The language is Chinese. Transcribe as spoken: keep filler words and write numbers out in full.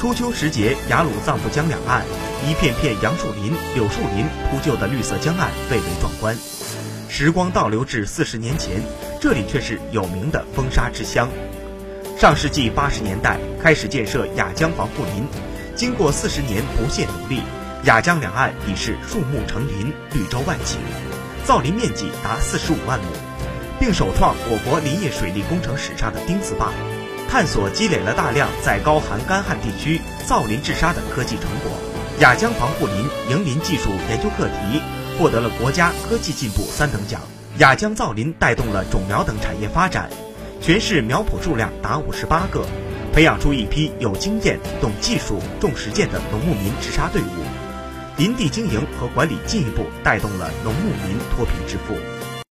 初秋时节，雅鲁藏布江两岸，一片片杨树林、柳树林铺就的绿色江岸蔚为壮观。时光倒流至四十年前，这里却是有名的风沙之乡。上世纪八十年代开始建设雅江防护林，经过四十年不懈努力，雅江两岸已是树木成林，绿洲万顷，造林面积达四十五万亩，并首创我国林业水利工程史上的钉子坝，探索积累了大量在高寒干旱地区造林治沙的科技成果。雅江防护林营林技术研究课题获得了国家科技进步三等奖。雅江造林带动了种苗等产业发展，全市苗圃数量达五十八个，培养出一批有经验、懂技术、重实践的农牧民治沙队伍。林地经营和管理进一步带动了农牧民脱贫致富。